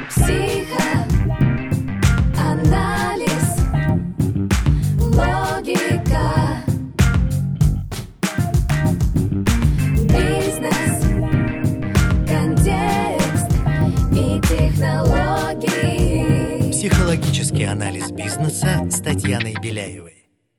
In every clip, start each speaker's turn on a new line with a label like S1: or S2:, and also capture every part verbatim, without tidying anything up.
S1: Психоанализ, логика, бизнес, контекст и технологии.
S2: Психологический анализ бизнеса с Татьяной Беляевой.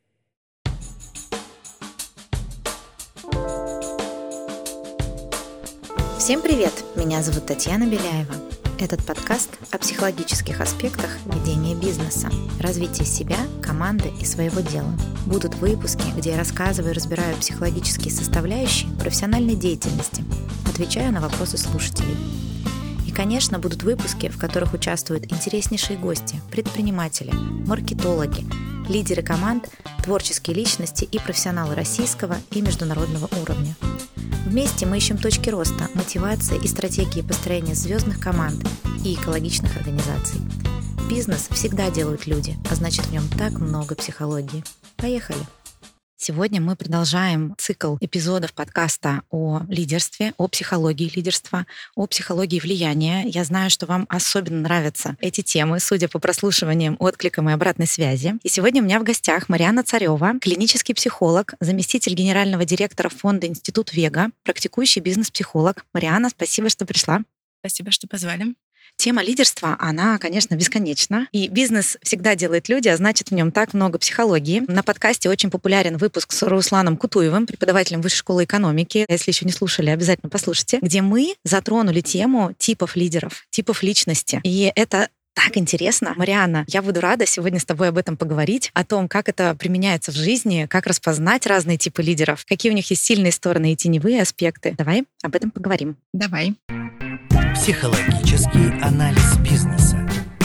S3: Всем привет! Меня зовут Татьяна Беляева. Этот подкаст о психологических аспектах ведения бизнеса, развития себя, команды и своего дела. Будут выпуски, где я рассказываю и разбираю психологические составляющие профессиональной деятельности, отвечаю на вопросы слушателей. И, конечно, будут выпуски, в которых участвуют интереснейшие гости, предприниматели, маркетологи, лидеры команд, творческие личности и профессионалы российского и международного уровня. Вместе мы ищем точки роста, мотивации и стратегии построения звездных команд и экологичных организаций. Бизнес всегда делают люди, а значит, в нем так много психологии. Поехали! Сегодня мы продолжаем цикл эпизодов подкаста о лидерстве, о психологии лидерства, о психологии влияния. Я знаю, что вам особенно нравятся эти темы, судя по прослушиваниям, откликам и обратной связи. И сегодня у меня в гостях Марианна Царева, клинический психолог, заместитель генерального директора фонда «Институт Вега», практикующий бизнес-психолог. Марианна, спасибо, что пришла.
S4: Спасибо, что позвали.
S3: Тема лидерства, она, конечно, бесконечна. И бизнес всегда делает люди, а значит, в нем так много психологии. На подкасте очень популярен выпуск с Русланом Кутуевым, преподавателем Высшей школы экономики. Если еще не слушали, обязательно послушайте. Где мы затронули тему типов лидеров, типов личности. И это так интересно. Марианна, я буду рада сегодня с тобой об этом поговорить, о том, как это применяется в жизни, как распознать разные типы лидеров, какие у них есть сильные стороны и теневые аспекты. Давай об этом поговорим.
S4: Давай.
S2: Психологический анализ бизнеса.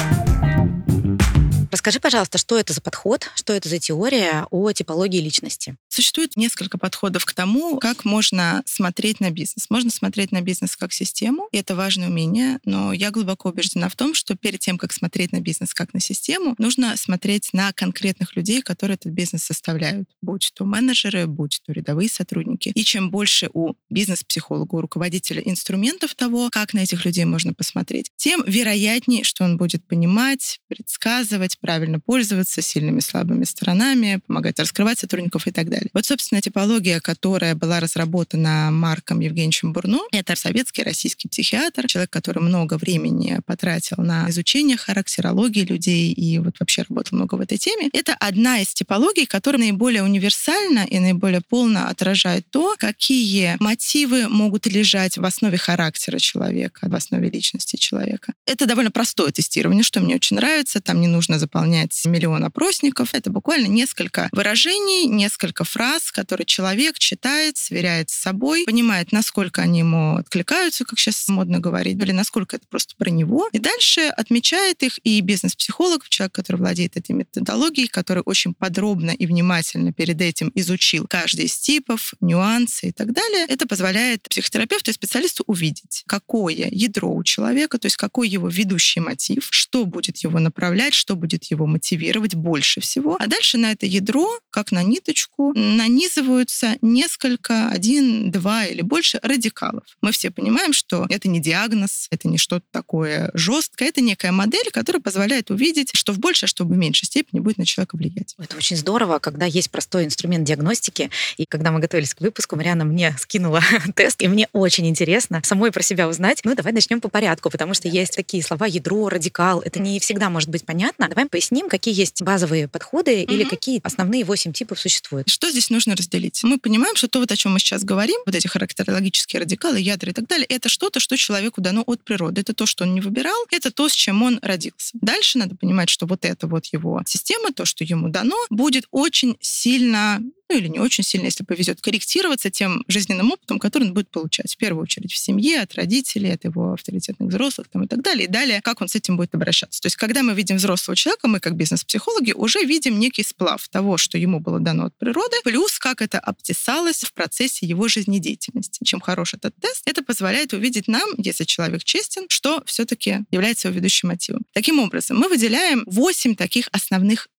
S3: Расскажи, пожалуйста, что это за подход, что это за теория о типологии личности?
S4: Существует несколько подходов к тому, как можно смотреть на бизнес. Можно смотреть на бизнес как систему, и это важное умение, но я глубоко убеждена в том, что перед тем, как смотреть на бизнес как на систему, нужно смотреть на конкретных людей, которые этот бизнес составляют, будь то менеджеры, будь то рядовые сотрудники. И чем больше у бизнес-психолога, у руководителя инструментов того, как на этих людей можно посмотреть, тем вероятнее, что он будет понимать, предсказывать, правильно пользоваться сильными и слабыми сторонами, помогать раскрывать сотрудников и так далее. Вот, собственно, типология, которая была разработана Марком Евгеньевичем Бурно, это советский российский психиатр, человек, который много времени потратил на изучение характерологии людей и вот вообще работал много в этой теме. Это одна из типологий, которая наиболее универсальна и наиболее полно отражает то, какие мотивы могут лежать в основе характера человека, в основе личности человека. Это довольно простое тестирование, что мне очень нравится. Там не нужно заполнять миллион опросников. Это буквально несколько выражений, несколько фраз, которые человек читает, сверяет с собой, понимает, насколько они ему откликаются, как сейчас модно говорить, или насколько это просто про него. И дальше отмечает их и бизнес-психолог, человек, который владеет этой методологией, который очень подробно и внимательно перед этим изучил каждый из типов, нюансы и так далее. Это позволяет психотерапевту и специалисту увидеть, какое ядро у человека, то есть какой его ведущий мотив, что будет его направлять, что будет его мотивировать больше всего. А дальше на это ядро, как на ниточку, нанизываются несколько, один, два или больше радикалов. Мы все понимаем, что это не диагноз, это не что-то такое жесткое, это некая модель, которая позволяет увидеть, что в большей, что в меньшей степени будет на человека влиять.
S3: Это очень здорово, когда есть простой инструмент диагностики. И когда мы готовились к выпуску, Марианна мне скинула тест, и мне очень интересно самой про себя узнать. Ну, давай начнем по порядку, потому что есть такие слова ядро, радикал. Это не всегда может быть понятно. Давай поясним, какие есть базовые подходы mm-hmm. или какие основные восемь типов существуют.
S4: Что здесь нужно разделить? Мы понимаем, что то, вот о чем мы сейчас говорим, вот эти характерологические радикалы, ядра и так далее, это что-то, что человеку дано от природы. Это то, что он не выбирал, это то, с чем он родился. Дальше надо понимать, что вот это вот его система, то, что ему дано, будет очень сильно, ну или не очень сильно, если повезет, корректироваться тем жизненным опытом, который он будет получать. В первую очередь в семье, от родителей, от его авторитетных взрослых там, и так далее. И далее, как он с этим будет обращаться. То есть, когда мы видим взрослого человека, мы, как бизнес-психологи, уже видим некий сплав того, что ему было дано от природы, плюс как это обтесалось в процессе его жизнедеятельности. Чем хорош этот тест, это позволяет увидеть нам, если человек честен, что все-таки является его ведущим мотивом. Таким образом, мы выделяем восемь таких основных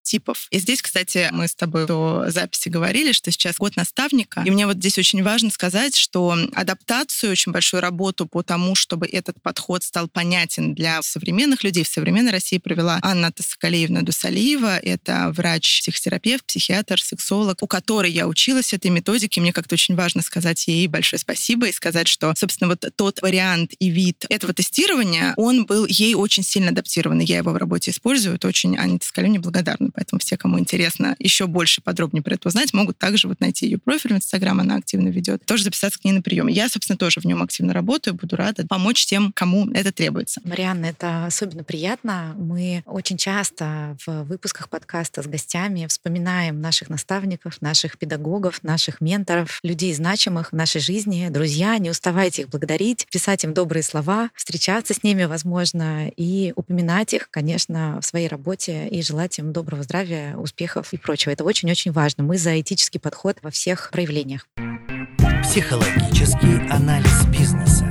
S4: типов. И здесь, кстати, мы с тобой до записи говорили, что сейчас год наставника. И мне вот здесь очень важно сказать, что адаптацию, очень большую работу по тому, чтобы этот подход стал понятен для современных людей, в современной России провела Анна Тасакалиевна Дусалиева. Это врач-психотерапевт, психиатр, сексолог, у которой я училась этой методике. Мне как-то очень важно сказать ей большое спасибо и сказать, что, собственно, вот тот вариант и вид этого тестирования, он был ей очень сильно адаптирован. И я его в работе использую. Это очень Ане Тасакалиевне благодарна. Поэтому все, кому интересно еще больше подробнее про это узнать, могут также вот найти ее профиль в Инстаграм, она активно ведет, тоже записаться к ней на прием. Я, собственно, тоже в нем активно работаю, буду рада помочь тем, кому это требуется.
S3: Марианна, это особенно приятно. Мы очень часто в выпусках подкаста с гостями вспоминаем наших наставников, наших педагогов, наших менторов, людей значимых в нашей жизни, друзья. Не уставайте их благодарить, писать им добрые слова, встречаться с ними, возможно, и упоминать их, конечно, в своей работе и желать им доброго здравия, успехов и прочего. Это очень-очень важно. Мы за этический подход во всех проявлениях.
S2: Психологический анализ бизнеса.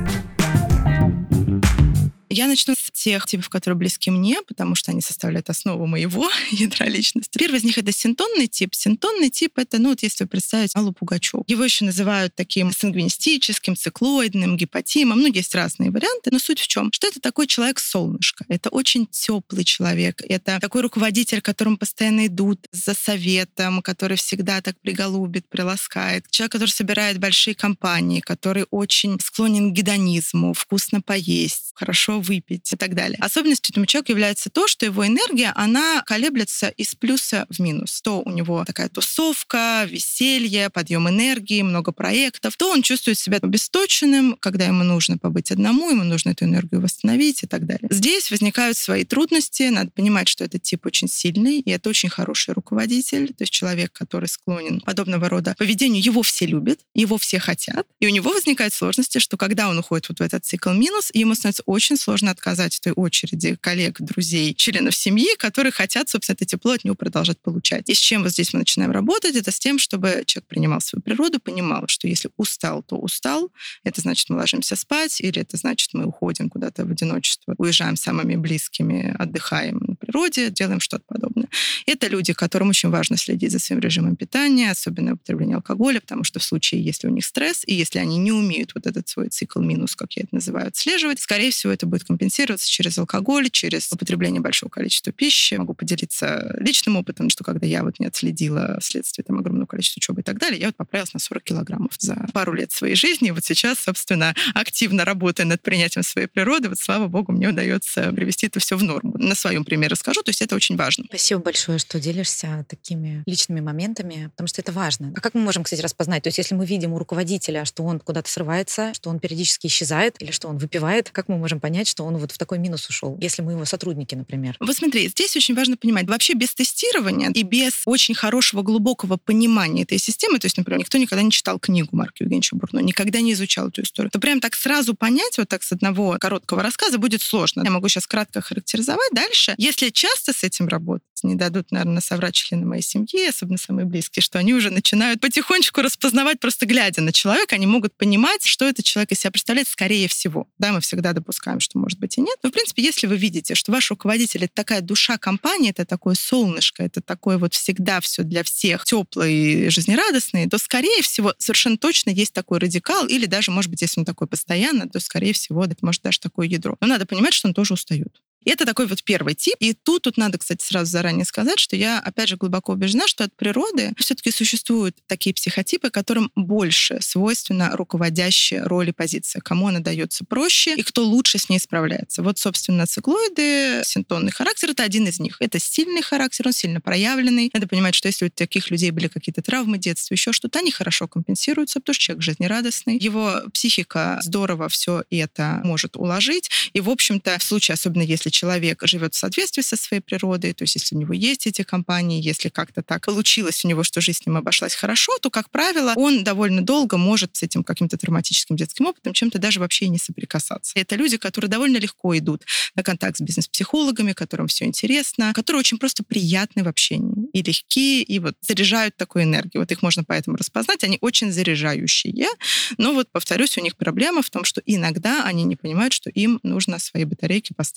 S4: Я начну с тех типов, которые близки мне, потому что они составляют основу моего ядра личности. Первый из них — это синтонный тип. Синтонный тип — это, ну вот если вы представите Аллу Пугачеву. Его еще называют таким сангвинистическим, циклоидным, гепатимом. Ну, есть разные варианты, но суть в чем? Что это такой человек-солнышко. Это очень теплый человек. Это такой руководитель, к которому постоянно идут за советом, который всегда так приголубит, приласкает. Человек, который собирает большие компании, который очень склонен к гедонизму, вкусно поесть, хорошо выпить и так далее. Особенностью этому человеку является то, что его энергия, она колеблется из плюса в минус. То у него такая тусовка, веселье, подъем энергии, много проектов, то он чувствует себя обесточенным, когда ему нужно побыть одному, ему нужно эту энергию восстановить и так далее. Здесь возникают свои трудности. Надо понимать, что этот тип очень сильный, и это очень хороший руководитель, то есть человек, который склонен к подобного рода поведению, его все любят, его все хотят, и у него возникают сложности, что когда он уходит вот в этот цикл минус, ему становится очень сложно сложно отказать в той очереди коллег, друзей, членов семьи, которые хотят, собственно, это тепло от него продолжать получать. И с чем вот здесь мы начинаем работать? Это с тем, чтобы человек принимал свою природу, понимал, что если устал, то устал. Это значит, мы ложимся спать, или это значит, мы уходим куда-то в одиночество, уезжаем с самыми близкими, отдыхаем на природе, делаем что-то подобное. Это люди, которым очень важно следить за своим режимом питания, особенно употребление алкоголя, потому что в случае, если у них стресс, и если они не умеют вот этот свой цикл минус, как я это называю, отслеживать, скорее всего, это будет компенсироваться через алкоголь, через употребление большого количества пищи. Могу поделиться личным опытом, что когда я вот не отследила вследствие там огромного количества учебы и так далее, я вот поправилась на сорок килограммов за пару лет своей жизни. И вот сейчас, собственно, активно работая над принятием своей природы, вот слава богу, мне удается привести это все в норму. На своем примере расскажу, то есть это очень важно.
S3: Спасибо большое, что делишься такими личными моментами, потому что это важно. А как мы можем, кстати, распознать? То есть если мы видим у руководителя, что он куда-то срывается, что он периодически исчезает или что он выпивает, как мы можем понять, что он вот в такой минус ушел, если мы его сотрудники, например?
S4: Вот смотри, здесь очень важно понимать, вообще без тестирования и без очень хорошего, глубокого понимания этой системы, то есть, например, никто никогда не читал книгу Марка Евгеньевича Бурно, никогда не изучал эту историю, то прям так сразу понять, вот так с одного короткого рассказа будет сложно. Я могу сейчас кратко характеризовать. Дальше, если часто с этим работать, не дадут, наверное, соврать члены моей семьи, особенно самые близкие, что они уже начинают потихонечку распознавать, просто глядя на человека, они могут понимать, что этот человек из себя представляет, скорее всего. Да, мы всегда допускаем, что может быть и нет. Но, в принципе, если вы видите, что ваш руководитель — это такая душа компании, это такое солнышко, это такое вот всегда все для всех теплый и жизнерадостный, то, скорее всего, совершенно точно есть такой радикал, или даже, может быть, если он такой постоянно, то, скорее всего, это может даже такое ядро. Но надо понимать, что он тоже устает. И это такой вот первый тип. И тут, тут надо, кстати, сразу заранее сказать, что я, опять же, глубоко убеждена, что от природы все-таки существуют такие психотипы, которым больше свойственна руководящая роль и позиция, кому она дается проще и кто лучше с ней справляется. Вот, собственно, циклоиды, синтонный характер — это один из них. Это сильный характер, он сильно проявленный. Надо понимать, что если у таких людей были какие-то травмы детства, еще что-то, они хорошо компенсируются, потому что человек жизнерадостный. Его психика здорово все это может уложить. И, в общем-то, в случае, особенно если человек живет в соответствии со своей природой, то есть если у него есть эти компании, если как-то так получилось у него, что жизнь с ним обошлась хорошо, то, как правило, он довольно долго может с этим каким-то травматическим детским опытом чем-то даже вообще и не соприкасаться. И это люди, которые довольно легко идут на контакт с бизнес-психологами, которым все интересно, которые очень просто приятны в общении и легкие, и вот заряжают такой энергией. Вот их можно поэтому распознать. Они очень заряжающие. Но вот, повторюсь, у них проблема в том, что иногда они не понимают, что им нужно свои батарейки поставить на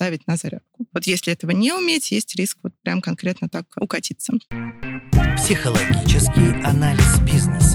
S4: зарядку. Вот если этого не уметь, есть риск вот прям конкретно так укатиться.
S2: Психологический анализ бизнеса.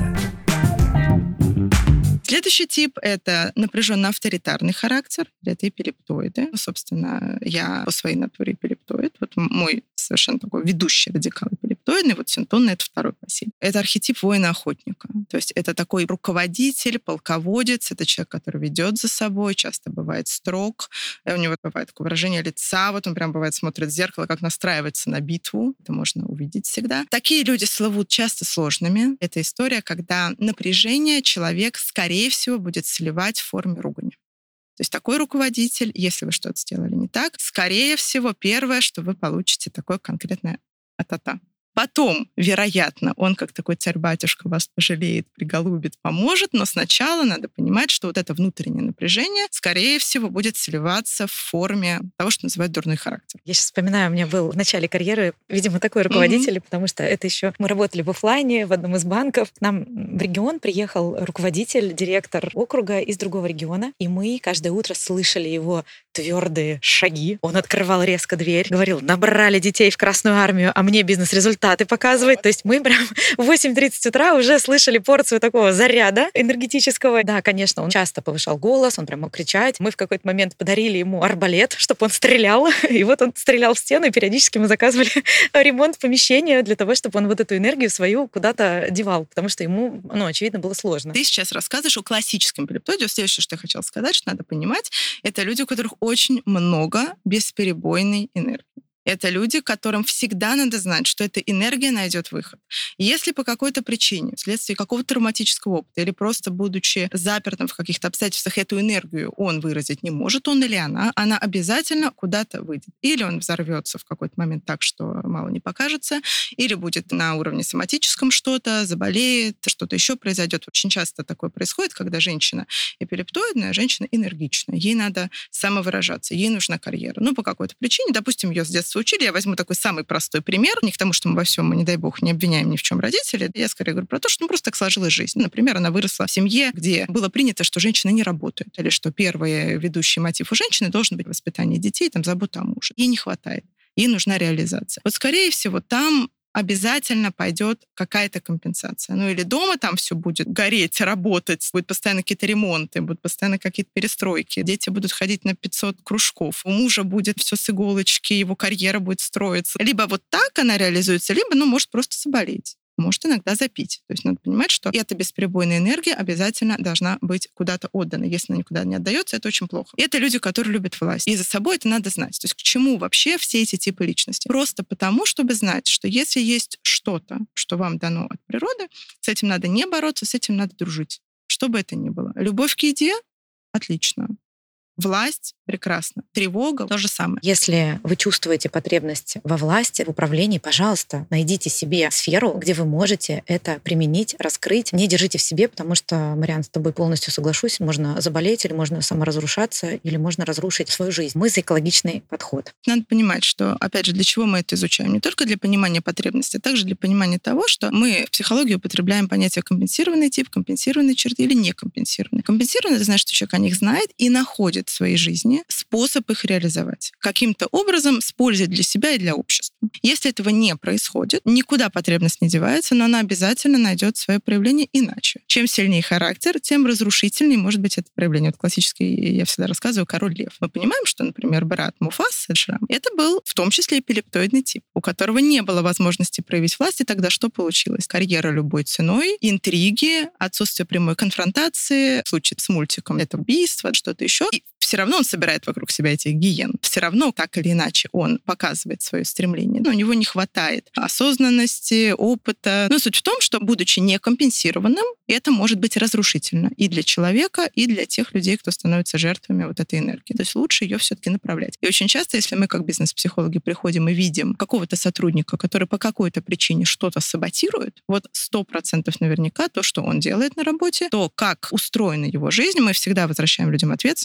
S4: Следующий тип — это напряженно-авторитарный характер. Это эпилептоиды. Ну, собственно, я по своей натуре эпилептоид. Вот мой совершенно такой ведущий радикал эпилептоидный. Вот синтонный — это второй по силе. Это архетип воина-охотника. То есть это такой руководитель, полководец. Это человек, который ведет за собой, часто бывает строг. У него бывает такое выражение лица. Вот он прям бывает смотрит в зеркало, как настраивается на битву. Это можно увидеть всегда. Такие люди слывут часто сложными. Это история, когда напряжение человек скорее всего будет сливать в форме ругани. То есть такой руководитель, если вы что-то сделали не так, скорее всего, первое, что вы получите, такое конкретное а-та-та. Потом, вероятно, он, как такой царь-батюшка, вас пожалеет, приголубит, поможет, но сначала надо понимать, что вот это внутреннее напряжение, скорее всего, будет сливаться в форме того, что называют дурной характер.
S5: Я сейчас вспоминаю, у меня был в начале карьеры, видимо, такой руководитель, mm-hmm. потому что это еще мы работали в офлайне в одном из банков. К нам в регион приехал руководитель, директор округа из другого региона, и мы каждое утро слышали его твердые шаги. Он открывал резко дверь, говорил: набрали детей в Красную армию, а мне бизнес-результаты показывать. То есть мы прям в восемь тридцать утра уже слышали порцию такого заряда энергетического. Да, конечно, он часто повышал голос, он прям мог кричать. Мы в какой-то момент подарили ему арбалет, чтобы он стрелял. И вот он стрелял в стену, и периодически мы заказывали ремонт помещения для того, чтобы он вот эту энергию свою куда-то девал, потому что ему, ну, очевидно, было сложно.
S4: Ты сейчас рассказываешь о классическом эпилептоиде. Следующее, что я хотела сказать, что надо понимать, это люди, у которых очень много бесперебойной энергии. Это люди, которым всегда надо знать, что эта энергия найдет выход. Если по какой-то причине, вследствие какого-то травматического опыта, или просто будучи запертым в каких-то обстоятельствах, эту энергию он выразить не может, он или она, она обязательно куда-то выйдет. Или он взорвется в какой-то момент так, что мало не покажется, или будет на уровне соматическом что-то, заболеет, что-то еще произойдет. Очень часто такое происходит, когда женщина эпилептоидная, женщина энергичная. Ей надо самовыражаться, ей нужна карьера. Ну, по какой-то причине, допустим, ее с детства учили. Я возьму такой самый простой пример. Не к тому, что мы во всем, мы, не дай бог, не обвиняем ни в чем родителей. Я скорее говорю про то, что ну, просто так сложилась жизнь. Например, она выросла в семье, где было принято, что женщина не работает, или что первый ведущий мотив у женщины должен быть воспитание детей, там, забота о муже. Ей не хватает. Ей нужна реализация. Вот, скорее всего, там обязательно пойдет какая-то компенсация. Ну или дома там все будет гореть, работать, будут постоянно какие-то ремонты, будут постоянно какие-то перестройки, дети будут ходить на пятьсот кружков, у мужа будет все с иголочки, его карьера будет строиться. Либо вот так она реализуется, либо, ну, может просто заболеть. Может иногда запить. То есть надо понимать, что эта бесперебойная энергия обязательно должна быть куда-то отдана. Если она никуда не отдается, это очень плохо. И это люди, которые любят власть. И за собой это надо знать. То есть к чему вообще все эти типы личности? Просто потому, чтобы знать, что если есть что-то, что вам дано от природы, с этим надо не бороться, с этим надо дружить. Что бы это ни было. Любовь к еде — отлично. Власть — прекрасно. Тревога — то же самое.
S5: Если вы чувствуете потребность во власти, в управлении, пожалуйста, найдите себе сферу, где вы можете это применить, раскрыть. Не держите в себе, потому что, Мариан, с тобой полностью соглашусь, можно заболеть, или можно саморазрушаться, или можно разрушить свою жизнь. Мы за экологичный подход.
S4: Надо понимать, что, опять же, для чего мы это изучаем? Не только для понимания потребностей, а также для понимания того, что мы в психологии употребляем понятие компенсированный тип, компенсированные черты или некомпенсированные. Компенсированный — это значит, что человек о них знает и находит в своей жизни способ их реализовать. Каким-то образом с пользой для себя и для общества. Если этого не происходит, никуда потребность не девается, но она обязательно найдет свое проявление иначе. Чем сильнее характер, тем разрушительнее может быть это проявление. Вот классический, я всегда рассказываю, король лев. Мы понимаем, что, например, брат Муфаса, Шрам, это был в том числе эпилептоидный тип, у которого не было возможности проявить власть, и тогда что получилось? Карьера любой ценой, интриги, отсутствие прямой конфронтации, в случае с мультиком это убийство, что-то еще. И все равно он собирает вокруг себя этих гиен. Все равно, так или иначе, он показывает свое стремление. Но у него не хватает осознанности, опыта. Но суть в том, что, будучи некомпенсированным, это может быть разрушительно и для человека, и для тех людей, кто становится жертвами вот этой энергии. То есть лучше ее все-таки направлять. И очень часто, если мы как бизнес-психологи приходим и видим какого-то сотрудника, который по какой-то причине что-то саботирует, вот сто процентов наверняка то, что он делает на работе, то, как устроена его жизнь, мы всегда возвращаем людям ответственность, мы понимаем,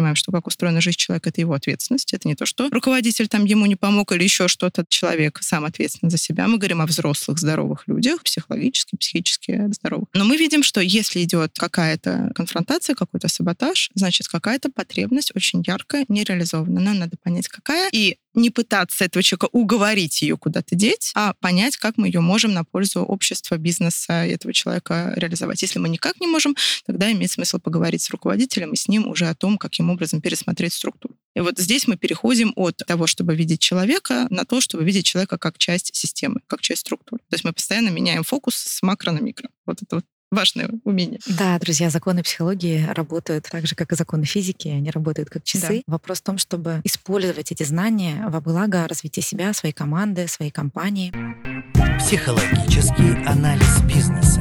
S4: понимаем, что как устроена жизнь человека, это его ответственность. Это не то, что руководитель там ему не помог или еще что-то. Человек сам ответственен за себя. Мы говорим о взрослых, здоровых людях, психологически, психически здоровых. Но мы видим, что если идет какая-то конфронтация, какой-то саботаж, значит, какая-то потребность очень яркая, не реализована. Нам надо понять, какая, и не пытаться этого человека уговорить ее куда-то деть, а понять, как мы ее можем на пользу общества, бизнеса этого человека реализовать. Если мы никак не можем, тогда имеет смысл поговорить с руководителем и с ним уже о том, каким образом пересмотреть структуру. И вот здесь мы переходим от того, чтобы видеть человека, на то, чтобы видеть человека как часть системы, как часть структуры. То есть мы постоянно меняем фокус с макро на микро. Вот это вот важное умение.
S5: Да, друзья, законы психологии работают так же, как и законы физики. Они работают как часы.
S4: Да.
S5: Вопрос в том, чтобы использовать эти знания во благо развития себя, своей команды, своей компании.
S2: Психологический анализ бизнеса.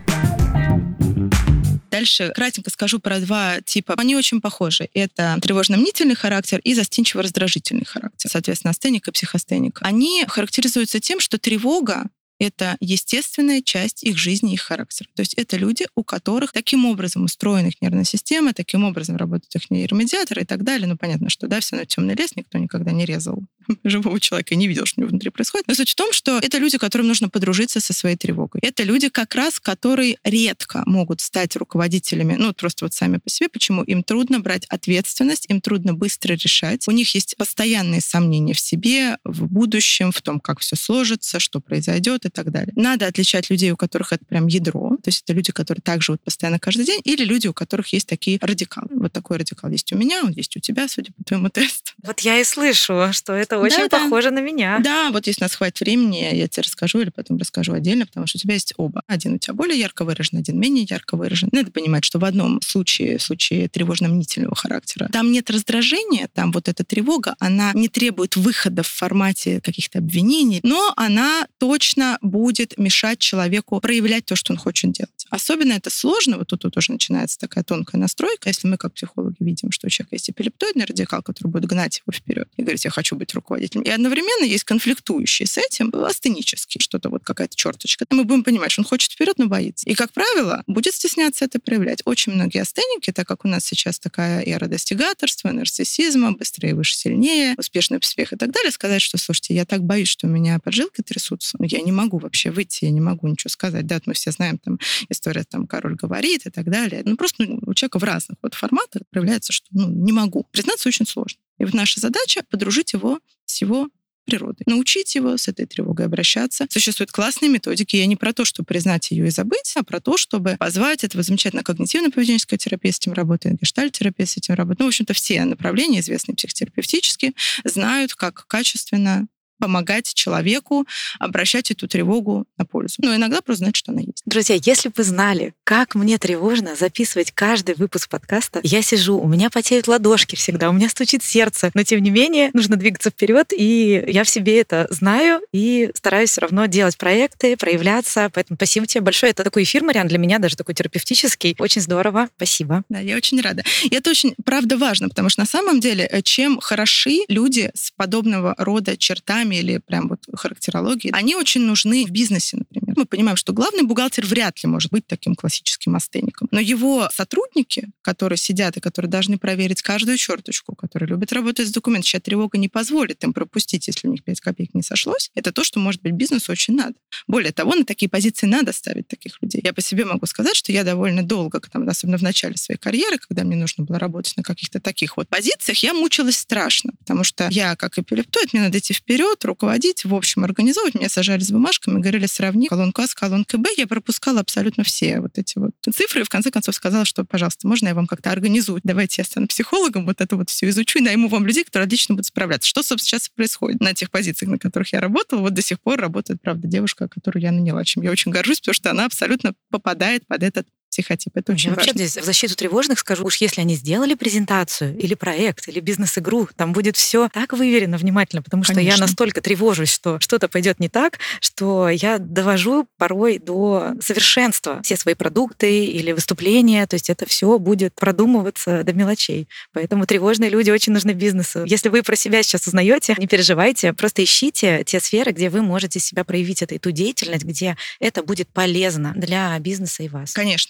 S4: Дальше кратенько скажу про два типа. Они очень похожи. Это тревожно-мнительный характер и застенчиво-раздражительный характер. Соответственно, астеник и психостеник. Они характеризуются тем, что тревога — это естественная часть их жизни, их характера. То есть это люди, у которых таким образом устроена их нервная система, таким образом работают их нейромедиаторы и так далее. Ну, понятно, что, да, все равно темный лес, никто никогда не резал живого человека и не видел, что у него внутри происходит. Но суть в том, что это люди, которым нужно подружиться со своей тревогой. Это люди, как раз, которые редко могут стать руководителями, ну, просто вот сами по себе. Почему? Им трудно брать ответственность, им трудно быстро решать. У них есть постоянные сомнения в себе, в будущем, в том, как все сложится, что произойдет и так далее. Надо отличать людей, у которых это прям ядро, то есть это люди, которые так живут постоянно каждый день, или люди, у которых есть такие радикалы. Вот такой радикал есть у меня, он есть у тебя, судя по твоему тесту.
S5: Вот я и слышу, что это очень
S4: да,
S5: похоже
S4: да.
S5: на меня.
S4: Да, вот если у нас хватит времени, я тебе расскажу или потом расскажу отдельно, потому что у тебя есть оба. Один у тебя более ярко выражен, один менее ярко выражен. Надо понимать, что в одном случае, в случае тревожно-мнительного характера, там нет раздражения, там вот эта тревога, она не требует выхода в формате каких-то обвинений, но она точно будет мешать человеку проявлять то, что он хочет делать. Особенно это сложно, вот тут, тут уже начинается такая тонкая настройка, если мы как психологи видим, что у человека есть эпилептоидный радикал, который будет гнать его вперед и говорить: я хочу быть руководителем. И одновременно есть конфликтующий с этим астенический, что-то вот какая-то черточка. Мы будем понимать, что он хочет вперед, но боится. И, как правило, будет стесняться это проявлять. Очень многие астеники, так как у нас сейчас такая эра достигаторства, нарциссизма, быстрее, выше, сильнее, успешный успех и так далее, сказать, что, слушайте, я так боюсь, что у меня поджилки трясутся, я не могу вообще выйти, я не могу ничего сказать. Да, мы все знаем там история, там, король говорит и так далее. Ну, просто ну, у человека в разных вот форматах проявляется, что ну, не могу. Признаться очень сложно. И вот наша задача — подружить его с его природой, научить его с этой тревогой обращаться. Существуют классные методики. Я не про то, чтобы признать ее и забыть, а про то, чтобы позвать этого замечательно когнитивно-поведенческая терапия с этим работает, гештальт-терапия с этим работает. Ну, в общем-то, все направления, известные психотерапевтические, знают, как качественно помогать человеку обращать эту тревогу на пользу. Но иногда просто знать, что она есть.
S5: Друзья, если бы вы знали, как мне тревожно записывать каждый выпуск подкаста, я сижу, у меня потеют ладошки всегда, у меня стучит сердце, но тем не менее нужно двигаться вперед, и я в себе это знаю и стараюсь все равно делать проекты, проявляться. Поэтому спасибо тебе большое. Это такой эфир, Мариан, для меня даже такой терапевтический. Очень здорово. Спасибо.
S4: Да, я очень рада. И это очень, правда, важно, потому что на самом деле, чем хороши люди с подобного рода чертами или прям вот характерологией, они очень нужны в бизнесе, например. Мы понимаем, что главный бухгалтер вряд ли может быть таким классическим астеником. Но его сотрудники, которые сидят и которые должны проверить каждую черточку, которые любят работать с документами, сейчас тревога не позволит им пропустить, если у них пять копеек не сошлось. Это то, что, может быть, бизнесу очень надо. Более того, на такие позиции надо ставить таких людей. Я по себе могу сказать, что я довольно долго, там, особенно в начале своей карьеры, когда мне нужно было работать на каких-то таких вот позициях, я мучилась страшно, потому что я, как эпилептоид, мне надо идти вперед, руководить, в общем, организовывать. Меня сажали с бумажками, говорили: сравни колонку А с колонкой Б. Я пропускала абсолютно все вот эти вот цифры, и в конце концов сказала, что, пожалуйста, можно я вам как-то организую? Давайте я стану психологом, вот это вот все изучу и найму вам людей, которые отлично будут справляться. Что, собственно, сейчас происходит на тех позициях, на которых я работала? Вот до сих пор работает, правда, девушка, которую я наняла, чем я очень горжусь, потому что она абсолютно попадает под этот психотип. Это очень
S5: я
S4: важно.
S5: вообще здесь в защиту тревожных скажу, уж если они сделали презентацию или проект, или бизнес-игру, там будет все так выверено, внимательно, потому что
S4: Конечно.
S5: я настолько тревожусь, что что-то пойдет не так, что я довожу порой до совершенства все свои продукты или выступления, то есть это все будет продумываться до мелочей. Поэтому тревожные люди очень нужны бизнесу. Если вы про себя сейчас узнаете, не переживайте, просто ищите те сферы, где вы можете себя проявить, это и ту деятельность, где это будет полезно для бизнеса и вас.
S4: Конечно.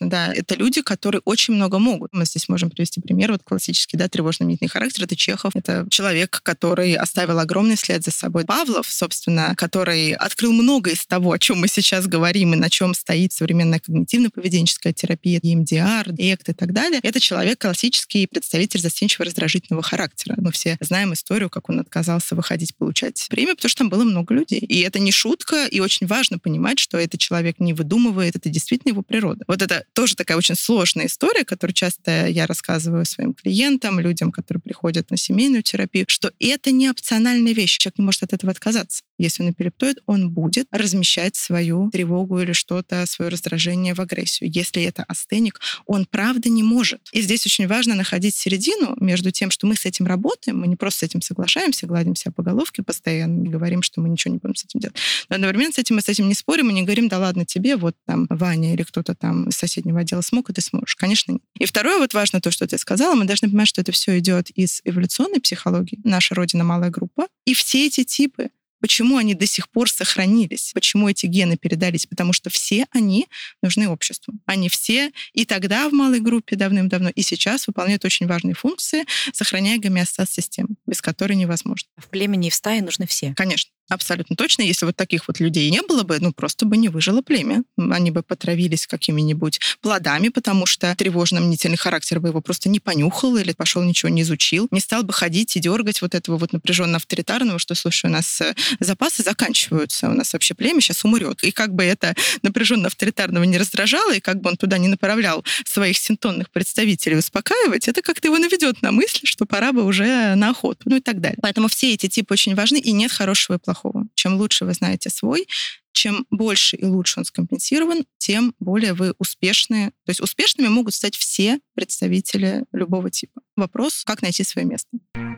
S4: Конечно, да. Это люди, которые очень много могут. Мы здесь можем привести пример. Вот классический, да, тревожно-мнительный характер. Это Чехов. Это человек, который оставил огромный след за собой. Павлов, собственно, который открыл много из того, о чем мы сейчас говорим, и на чем стоит современная когнитивно-поведенческая терапия, и эм ди ар, экт и так далее. Это человек классический представитель застенчиво-раздражительного характера. Мы все знаем историю, как он отказался выходить получать премию, потому что там было много людей. И это не шутка, и очень важно понимать, что этот человек не выдумывает, это действительно его природа. Вот это тоже такая очень сложная история, которую часто я рассказываю своим клиентам, людям, которые приходят на семейную терапию, что это не опциональная вещь. Человек не может от этого отказаться. Если он эпилептоид, он будет размещать свою тревогу или что-то, свое раздражение в агрессию. Если это астеник, он правда не может. И здесь очень важно находить середину между тем, что мы с этим работаем, мы не просто с этим соглашаемся, гладим себя по головке постоянно и говорим, что мы ничего не будем с этим делать. Но одновременно с этим мы с этим не спорим и не говорим, да ладно тебе, вот там Ваня или кто-то там из соседнего отдела смог, и ты сможешь. Конечно, нет. И второе, вот важно то, что ты сказала, мы должны понимать, что это все идет из эволюционной психологии. Наша Родина — малая группа. И все эти типы, почему они до сих пор сохранились? Почему эти гены передались? Потому что все они нужны обществу. Они все и тогда в малой группе давным-давно, и сейчас выполняют очень важные функции, сохраняя гомеостаз системы, без которой невозможно.
S5: В племени и в стае нужны все.
S4: Конечно. Абсолютно точно. Если вот таких вот людей не было бы, ну, просто бы не выжило племя. Они бы потравились какими-нибудь плодами, потому что тревожно-мнительный характер бы его просто не понюхал или пошел, ничего не изучил. Не стал бы ходить и дергать вот этого вот напряженно-авторитарного, что, слушай, у нас запасы заканчиваются, у нас вообще племя сейчас умрет. И как бы это напряженно-авторитарного не раздражало, и как бы он туда не направлял своих синтонных представителей успокаивать, это как-то его наведет на мысль, что пора бы уже на охоту, ну и так далее. Поэтому все эти типы очень важны, и нет хорошего и плохого. Чем лучше вы знаете свой, чем больше и лучше он скомпенсирован, тем более вы успешные. То есть успешными могут стать все представители любого типа. Вопрос, как найти свое место.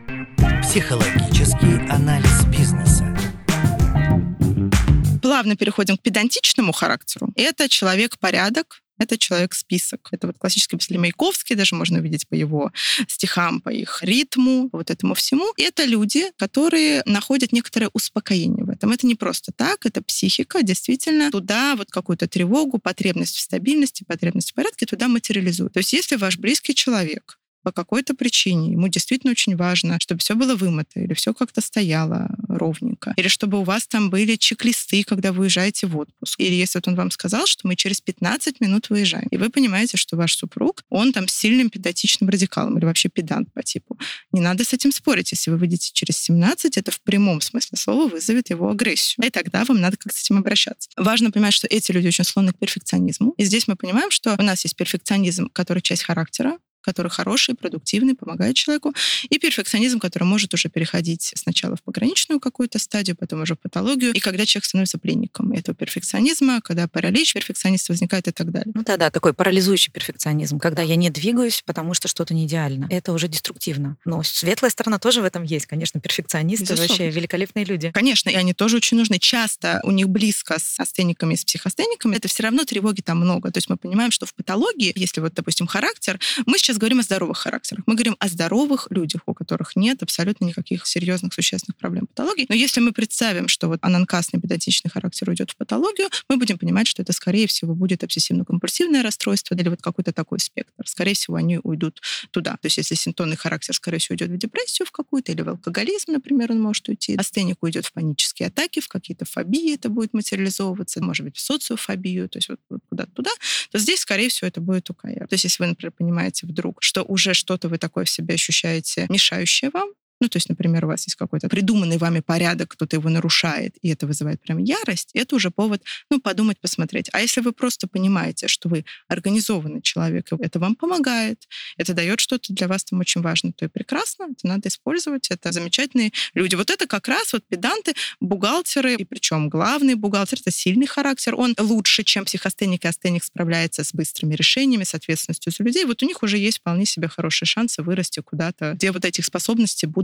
S2: Психологический анализ бизнеса.
S4: Плавно переходим к педантичному характеру. Это человек-порядок, это человек-список. Это вот классический писатель Маяковский, даже можно увидеть по его стихам, по их ритму, по вот этому всему. И это люди, которые находят некоторое успокоение в этом. Это не просто так, это психика, действительно, туда вот какую-то тревогу, потребность в стабильности, потребность в порядке туда материализуют. То есть если ваш близкий человек по какой-то причине, ему действительно очень важно, чтобы все было вымыто, или все как-то стояло ровненько, или чтобы у вас там были чек-листы, когда вы уезжаете в отпуск, или если вот он вам сказал, что мы через пятнадцать минут выезжаем, и вы понимаете, что ваш супруг, он там с сильным педантичным радикалом, или вообще педант по типу. Не надо с этим спорить. Если вы выйдете через семнадцать, это в прямом смысле слова вызовет его агрессию. И тогда вам надо как-то с этим обращаться. Важно понимать, что эти люди очень склонны к перфекционизму. И здесь мы понимаем, что у нас есть перфекционизм, который часть характера, который хороший, продуктивный, помогает человеку, и перфекционизм, который может уже переходить сначала в пограничную какую-то стадию, потом уже в патологию, и когда человек становится пленником этого перфекционизма, когда паралич перфекциониста возникает и так далее.
S5: Ну да-да, такой парализующий перфекционизм, когда я не двигаюсь, потому что что-то не идеально. Это уже деструктивно. Но светлая сторона тоже в этом есть. Конечно, перфекционисты
S4: Безусловно.
S5: Вообще великолепные люди.
S4: Конечно, и они тоже очень нужны. Часто у них близко с астениками, с психостениками, это все равно тревоги там много. То есть мы понимаем, что в патологии, если вот, допустим, характер, мы сейчас говорим о здоровых характерах. Мы говорим о здоровых людях, у которых нет абсолютно никаких серьезных, существенных проблем патологии. Но если мы представим, что вот ананкастный педантичный характер уйдет в патологию, мы будем понимать, что это, скорее всего, будет обсессивно-компульсивное расстройство или вот какой-то такой спектр. Скорее всего, они уйдут туда. То есть если синтонный характер, скорее всего, уйдет в депрессию в какую-то или в алкоголизм, например, он может уйти. Астеник уйдет в панические атаки, в какие-то фобии это будет материализовываться, может быть, в социофобию, то есть вот, вот куда-то туда, то здесь, скорее всего, это будет УКР. То есть если вы, например, понимаете вдруг, что уже что-то вы такое в себе ощущаете, мешающее вам, ну, то есть, например, у вас есть какой-то придуманный вами порядок, кто-то его нарушает, и это вызывает прям ярость, это уже повод, ну, подумать, посмотреть. А если вы просто понимаете, что вы организованный человек, и это вам помогает, это дает что-то для вас там очень важно, то и прекрасно, это надо использовать, это замечательные люди. Вот это как раз вот педанты, бухгалтеры, и причем главный бухгалтер — это сильный характер, он лучше, чем психостеник, и астеник справляется с быстрыми решениями, с ответственностью за людей. Вот у них уже есть вполне себе хорошие шансы вырасти куда-то, где вот этих способностей будут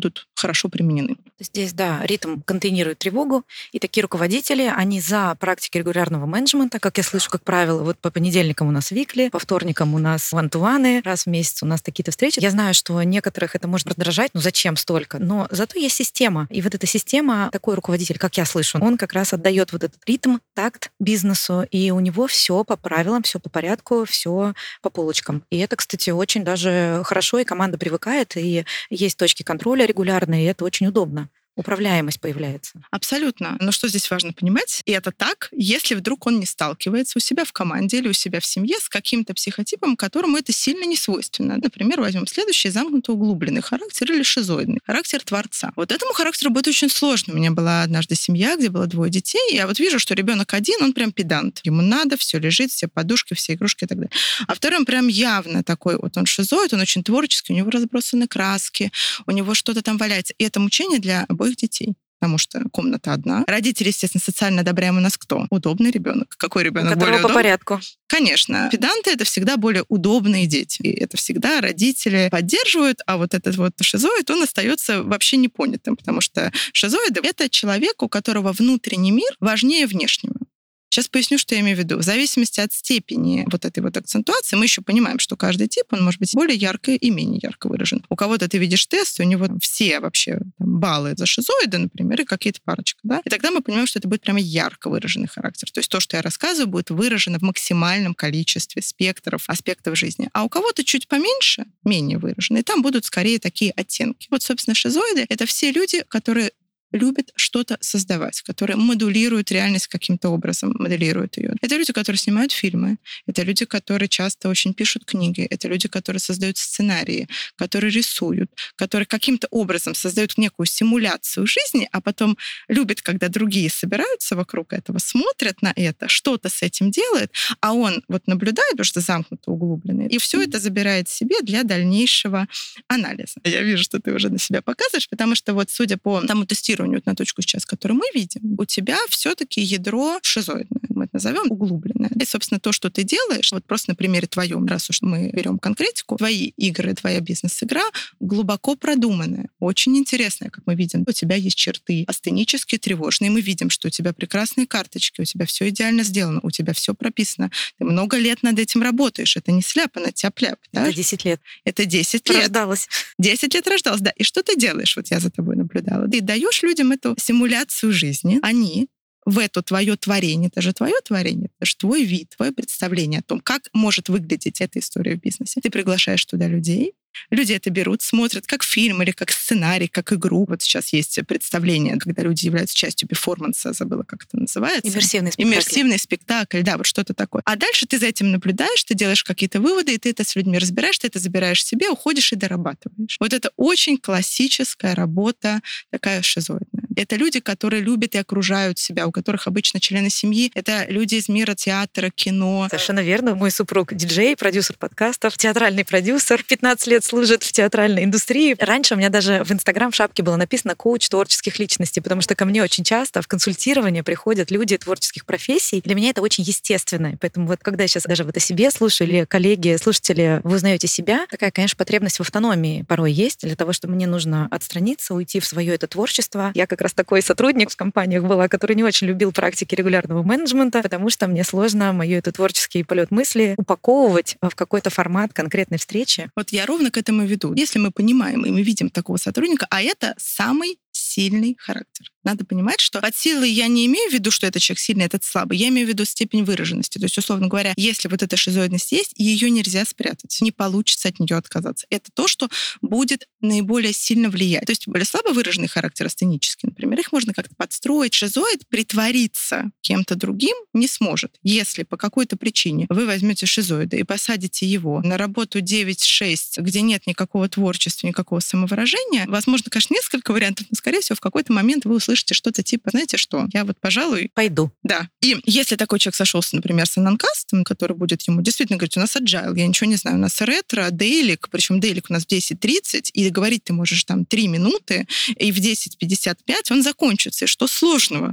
S4: будут хорошо применены.
S5: Здесь, да, ритм контейнирует тревогу, и такие руководители, они за практики регулярного менеджмента, как я слышу, как правило, вот по понедельникам у нас викли, по вторникам у нас ван-ту-ваны, раз в месяц у нас такие-то встречи. Я знаю, что некоторых это может раздражать, ну зачем столько? Но зато есть система, и вот эта система, такой руководитель, как я слышу, он как раз отдает вот этот ритм, такт бизнесу, и у него все по правилам, все по порядку, все по полочкам. И это, кстати, очень даже хорошо, и команда привыкает, и есть точки контроля регулярные, и это очень удобно. Управляемость появляется.
S4: Абсолютно. Но что здесь важно понимать? И это так, если вдруг он не сталкивается у себя в команде или у себя в семье с каким-то психотипом, которому это сильно не свойственно. Например, возьмем следующий замкнутый углубленный характер или шизоидный характер творца. Вот этому характеру будет очень сложно. У меня была однажды семья, где было двое детей, и я вот вижу, что ребенок один, он прям педант. Ему надо, все лежит, все подушки, все игрушки и так далее. А второй он прям явно такой, вот он шизоид, он очень творческий, у него разбросаны краски, у него что-то там валяется. И это мучение для обоих детей, потому что комната одна. Родители, естественно, социально одобряемый у нас кто? Удобный ребенок. Какой ребенок более удобный?
S5: По порядку.
S4: Конечно. Педанты — это всегда более удобные дети. И это всегда родители поддерживают, а вот этот вот шизоид, он остается вообще непонятым, потому что шизоиды — это человек, у которого внутренний мир важнее внешнего. Сейчас поясню, что я имею в виду. В зависимости от степени вот этой вот акцентуации, мы еще понимаем, что каждый тип, он может быть более ярко и менее ярко выражен. У кого-то ты видишь тест, у него все вообще там, баллы за шизоиды, например, и какие-то парочка, да? И тогда мы понимаем, что это будет прямо ярко выраженный характер. То есть то, что я рассказываю, будет выражено в максимальном количестве спектров, аспектов жизни. А у кого-то чуть поменьше, менее выражено, и там будут скорее такие оттенки. Вот, собственно, шизоиды — это все люди, которые любят что-то создавать, которые модулируют реальность каким-то образом, моделируют ее. Это люди, которые снимают фильмы, это люди, которые часто очень пишут книги, это люди, которые создают сценарии, которые рисуют, которые каким-то образом создают некую симуляцию жизни, а потом любят, когда другие собираются вокруг этого, смотрят на это, что-то с этим делают, а он вот наблюдает, потому что замкнуто, углубленный, и все это забирает себе для дальнейшего анализа. Я вижу, что ты уже на себя показываешь, потому что вот судя по тому тестированию на точку сейчас, которую мы видим, у тебя все-таки ядро шизоидное, мы это назовем углубленное. И, собственно, то, что ты делаешь, вот просто на примере твоем, раз уж мы берем конкретику, твои игры, твоя бизнес-игра глубоко продуманная, очень интересная, как мы видим. У тебя есть черты астенические, тревожные, мы видим, что у тебя прекрасные карточки, у тебя все идеально сделано, у тебя все прописано. Ты много лет над этим работаешь. Это не сляпано, тяп-ляп. Да?
S5: Это десять лет.
S4: Это десять лет.
S5: Рождалась.
S4: десять лет рождалась, да. И что ты делаешь? Вот я за тобой наблюдала. Ты даешь людям эту симуляцию жизни. Они в это твое творение, это же твое творение, это же твой вид, твое представление о том, как может выглядеть эта история в бизнесе. Ты приглашаешь туда людей, люди это берут, смотрят как фильм или как сценарий, как игру. Вот сейчас есть представление, когда люди являются частью перформанса, забыла, как это называется.
S5: Иммерсивный спектакль.
S4: Иммерсивный спектакль, да, вот что-то такое. А дальше ты за этим наблюдаешь, ты делаешь какие-то выводы, и ты это с людьми разбираешь, ты это забираешь себе, уходишь и дорабатываешь. Вот это очень классическая работа, такая шизоидная. Это люди, которые любят и окружают себя, у которых обычно члены семьи. Это люди из мира театра, кино.
S5: Совершенно верно. Мой супруг диджей, продюсер подкастов, театральный продюсер, пятнадцать лет служит в театральной индустрии. Раньше у меня даже в Инстаграм в шапке было написано «коуч творческих личностей», потому что ко мне очень часто в консультирование приходят люди творческих профессий. Для меня это очень естественно. Поэтому вот когда я сейчас даже вот о себе слушаю, или коллеги, слушатели, вы узнаете себя, такая, конечно, потребность в автономии порой есть для того, чтобы мне нужно отстраниться, уйти в свое это творчество. Я как раз такой сотрудник в компаниях была, который не очень любил практики регулярного менеджмента, потому что мне сложно мой этот творческий полет мысли упаковывать в какой-то формат конкретной встречи.
S4: Вот я ровно к этому веду. Если мы понимаем и мы видим такого сотрудника, а это самый сильный характер. Надо понимать, что под силой я не имею в виду, что этот человек сильный, этот слабый. Я имею в виду степень выраженности. То есть, условно говоря, если вот эта шизоидность есть, ее нельзя спрятать. Не получится от нее отказаться. Это то, что будет наиболее сильно влиять. То есть более слабо выраженный характер, астенический, например, их можно как-то подстроить. Шизоид притвориться кем-то другим не сможет. Если по какой-то причине вы возьмете шизоида и посадите его на работу девять-шесть, где нет никакого творчества, никакого самовыражения, возможно, конечно, несколько вариантов, но, скорее всего, в какой-то момент вы услышите что-то типа, знаете что, я вот, пожалуй...
S5: Пойду.
S4: Да. И если такой человек сошелся, например, с ананкастом, который будет ему действительно говорить, у нас agile, я ничего не знаю, у нас ретро, дейлик, причем дейлик у нас в десять тридцать, и говорить ты можешь там три минуты, и в десять пятьдесят пять он закончится. И что сложного?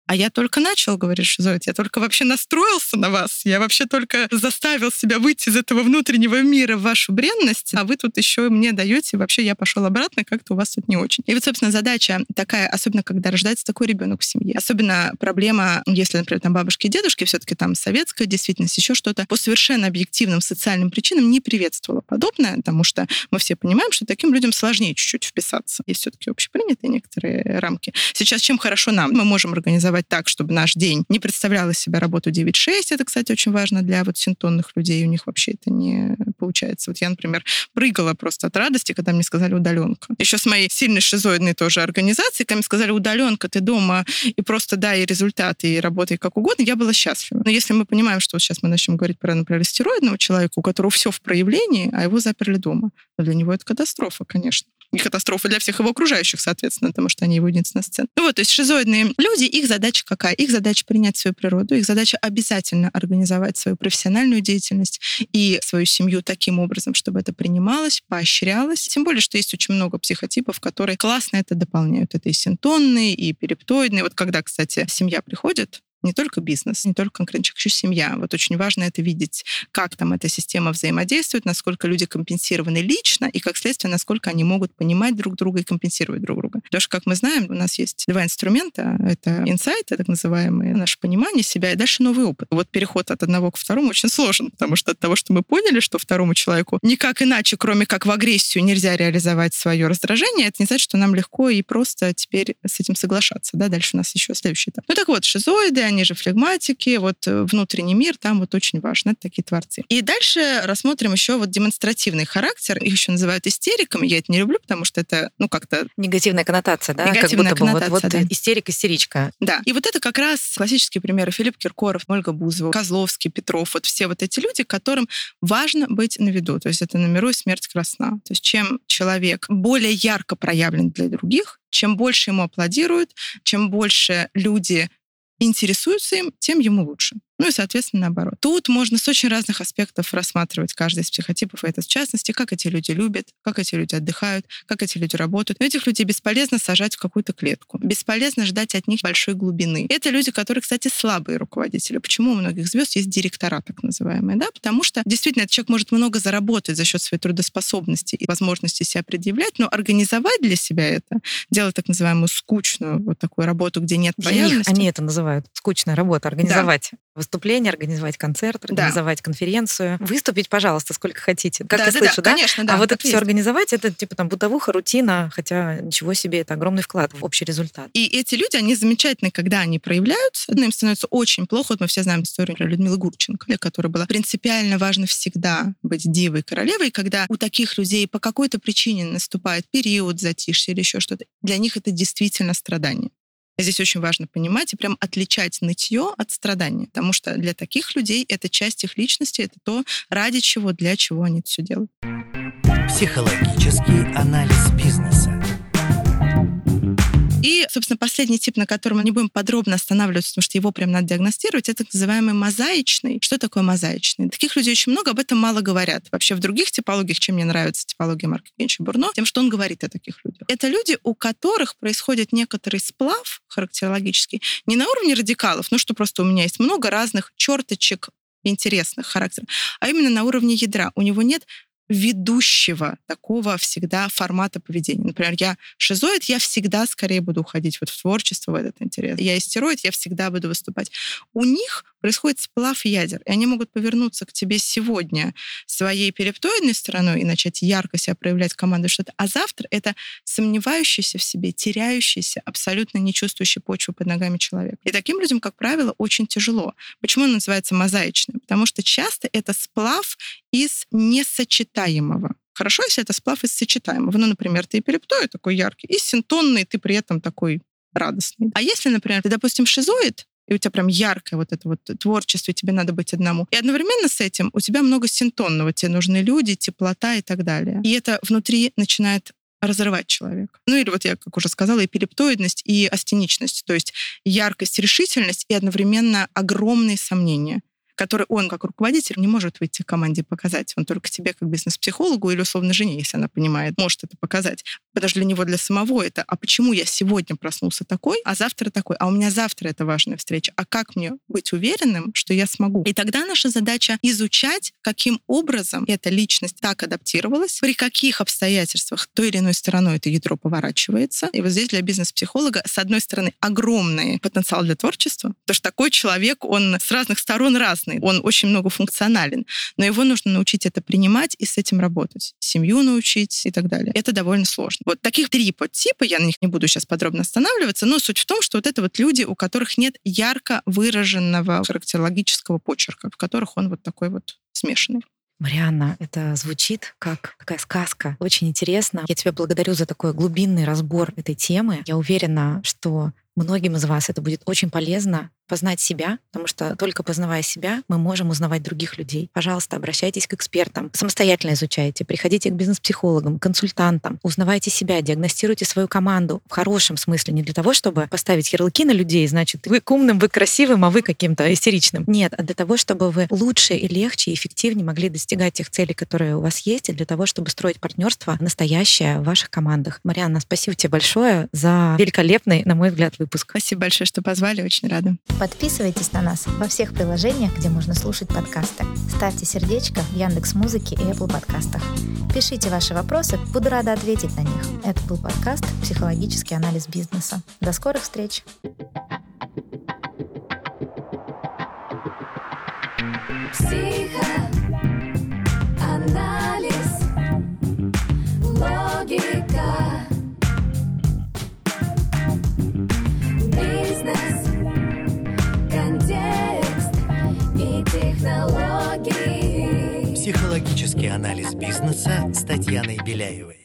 S4: А я только начал, говорит шизоид, я только вообще настроился на вас, я вообще только заставил себя выйти из этого внутреннего мира в вашу бренность, а вы тут еще мне даете, вообще я пошел обратно, как-то у вас тут не очень. И вот, собственно, задача такая, особенно когда рождается такой ребенок в семье. Особенно проблема, если, например, там бабушки и дедушки, все-таки там советская действительность, еще что-то, по совершенно объективным социальным причинам не приветствовала подобное, потому что мы все понимаем, что таким людям сложнее чуть-чуть вписаться. Есть все-таки общепринятые некоторые рамки. Сейчас чем хорошо нам? Мы можем организовать так, чтобы наш день не представлял из себя работу девять шесть. Это, кстати, очень важно для вот синтонных людей. У них вообще это не получается. Вот я, например, прыгала просто от радости, когда мне сказали удаленка. Еще с моей сильной шизоидной тоже организацией, когда мне сказали удаленка, ты дома, и просто дай результаты, и работай как угодно, я была счастлива. Но если мы понимаем, что вот сейчас мы начнем говорить про, например, стероидного человека, у которого все в проявлении, а его заперли дома, то для него это катастрофа, конечно. И катастрофа для всех его окружающих, соответственно, потому что они его единственная сцена. Ну вот, то есть шизоидные люди, их задача какая? Их задача принять свою природу, их задача обязательно организовать свою профессиональную деятельность и свою семью таким образом, чтобы это принималось, поощрялось. Тем более, что есть очень много психотипов, которые классно это дополняют. Это и синтонные, и перептоидные. Вот когда, кстати, семья приходит, не только бизнес, не только конкретно человек, еще семья. Вот очень важно это видеть, как там эта система взаимодействует, насколько люди компенсированы лично, и, как следствие, насколько они могут понимать друг друга и компенсировать друг друга. Потому что, как мы знаем, у нас есть два инструмента. Это инсайты, так называемые, наше понимание себя, и дальше новый опыт. Вот переход от одного к второму очень сложен, потому что от того, что мы поняли, что второму человеку никак иначе, кроме как в агрессию, нельзя реализовать свое раздражение, это не значит, что нам легко и просто теперь с этим соглашаться. Да? Дальше у нас еще следующий этап. Ну так вот, шизоиды, они же флегматики, вот внутренний мир, там вот очень важно, это такие творцы. И дальше рассмотрим еще вот демонстративный характер, их еще называют истериками, я это не люблю, потому что это, ну, как-то...
S5: Негативная коннотация, да?
S4: Негативная
S5: как будто
S4: коннотация,
S5: бы вот, вот
S4: да.
S5: истерик, истеричка.
S4: Да, и вот это как раз классические примеры: Филипп Киркоров, Ольга Бузова, Козловский, Петров, вот все вот эти люди, которым важно быть на виду, то есть это на миру и смерть красна. То есть чем человек более ярко проявлен для других, чем больше ему аплодируют, чем больше люди интересуются им, тем ему лучше. Ну и, соответственно, наоборот. Тут можно с очень разных аспектов рассматривать каждый из психотипов, и это в частности, как эти люди любят, как эти люди отдыхают, как эти люди работают. Но этих людей бесполезно сажать в какую-то клетку. Бесполезно ждать от них большой глубины. Это люди, которые, кстати, слабые руководители. Почему у многих звезд есть директора, так называемые? Да? Потому что действительно этот человек может много заработать за счет своей трудоспособности и возможности себя предъявлять, но организовать для себя это, делать так называемую скучную вот такую работу, где нет проявленности.
S5: Они это называют скучная работа. Организовать да. выступление, организовать концерт, организовать да. конференцию. Выступить, пожалуйста, сколько хотите. Как
S4: да,
S5: я
S4: да,
S5: слышу,
S4: да?
S5: да?
S4: Конечно, да.
S5: А вот это
S4: есть.
S5: все организовать, это типа там бытовуха, рутина, хотя ничего себе, это огромный вклад в общий результат.
S4: И эти люди, они замечательны, когда они проявляются, но им становится очень плохо. Вот мы все знаем историю Людмилы Гурченко, для которой было принципиально важно всегда быть дивой, королевой, когда у таких людей по какой-то причине наступает период затишья или еще что-то, для них это действительно страдание. Здесь очень важно понимать и прям отличать нытье от страдания, потому что для таких людей это часть их личности, это то, ради чего, для чего они это все делают.
S2: Психологический анализ бизнеса.
S4: И, собственно, последний тип, на котором мы не будем подробно останавливаться, потому что его прям надо диагностировать, это так называемый мозаичный. Что такое мозаичный? Таких людей очень много, об этом мало говорят. Вообще в других типологиях, чем мне нравится типология Марка Генча Бурно, тем, что он говорит о таких людях. Это люди, у которых происходит некоторый сплав характерологический, не на уровне радикалов, ну что просто у меня есть много разных черточек интересных характеров, а именно на уровне ядра. У него нет ведущего такого всегда формата поведения. Например, я шизоид, я всегда скорее буду уходить вот в творчество, в этот интерес. Я истероид, я всегда буду выступать. У них происходит сплав ядер, и они могут повернуться к тебе сегодня своей перептоидной стороной и начать ярко себя проявлять командой что-то, а завтра это сомневающийся в себе, теряющийся, абсолютно не чувствующий почву под ногами человек. И таким людям, как правило, очень тяжело. Почему он называется мозаичным? Потому что часто это сплав из несочетаемого. Хорошо, если это сплав из сочетаемого. Ну, например, ты и перептоид такой яркий, и синтонный, ты при этом такой радостный. А если, например, ты, допустим, шизоид, и у тебя прям яркое вот это вот творчество, и тебе надо быть одному. И одновременно с этим у тебя много синтонного, тебе нужны люди, теплота и так далее. И это внутри начинает разрывать человека. Ну или вот я, как уже сказала, и перептоидность, и астеничность, то есть яркость, решительность и одновременно огромные сомнения. который он, как руководитель, не может выйти к команде и показать. Он только тебе, как бизнес-психологу или условно жене, если она понимает, может это показать. Потому что для него, для самого это, а почему я сегодня проснулся такой, а завтра такой, а у меня завтра это важная встреча, а как мне быть уверенным, что я смогу? И тогда наша задача изучать, каким образом эта личность так адаптировалась, при каких обстоятельствах той или иной стороной это ядро поворачивается. И вот здесь для бизнес-психолога, с одной стороны, огромный потенциал для творчества, потому что такой человек, он с разных сторон разный, он очень многофункционален, но его нужно научить это принимать и с этим работать, семью научить и так далее. Это довольно сложно. Вот таких три подтипа, я на них не буду сейчас подробно останавливаться, но суть в том, что вот это вот люди, у которых нет ярко выраженного характерологического почерка, в которых он вот такой вот смешанный.
S5: Марианна, это звучит как такая сказка. Очень интересно. Я тебя благодарю за такой глубинный разбор этой темы. Я уверена, что многим из вас это будет очень полезно познать себя, потому что только познавая себя, мы можем узнавать других людей. Пожалуйста, обращайтесь к экспертам, самостоятельно изучайте, приходите к бизнес-психологам, консультантам, узнавайте себя, диагностируйте свою команду в хорошем смысле, не для того, чтобы поставить ярлыки на людей, значит, вы к умным, вы к красивым, а вы каким-то истеричным. Нет, а для того, чтобы вы лучше и легче и эффективнее могли достигать тех целей, которые у вас есть, и для того, чтобы строить партнерство настоящее в ваших командах. Марианна, спасибо тебе большое за великолепный, на мой взгляд, выпуск.
S4: Спасибо большое, что позвали, очень рада.
S3: Подписывайтесь на нас во всех приложениях, где можно слушать подкасты. Ставьте сердечко в Яндекс.Музыке и Apple подкастах. Пишите ваши вопросы, буду рада ответить на них. Это был подкаст «Психологический анализ бизнеса». До скорых встреч!
S1: Психоанализ, логика, бизнес, контекст и технологии.
S2: Психологический анализ бизнеса с Татьяной Беляевой.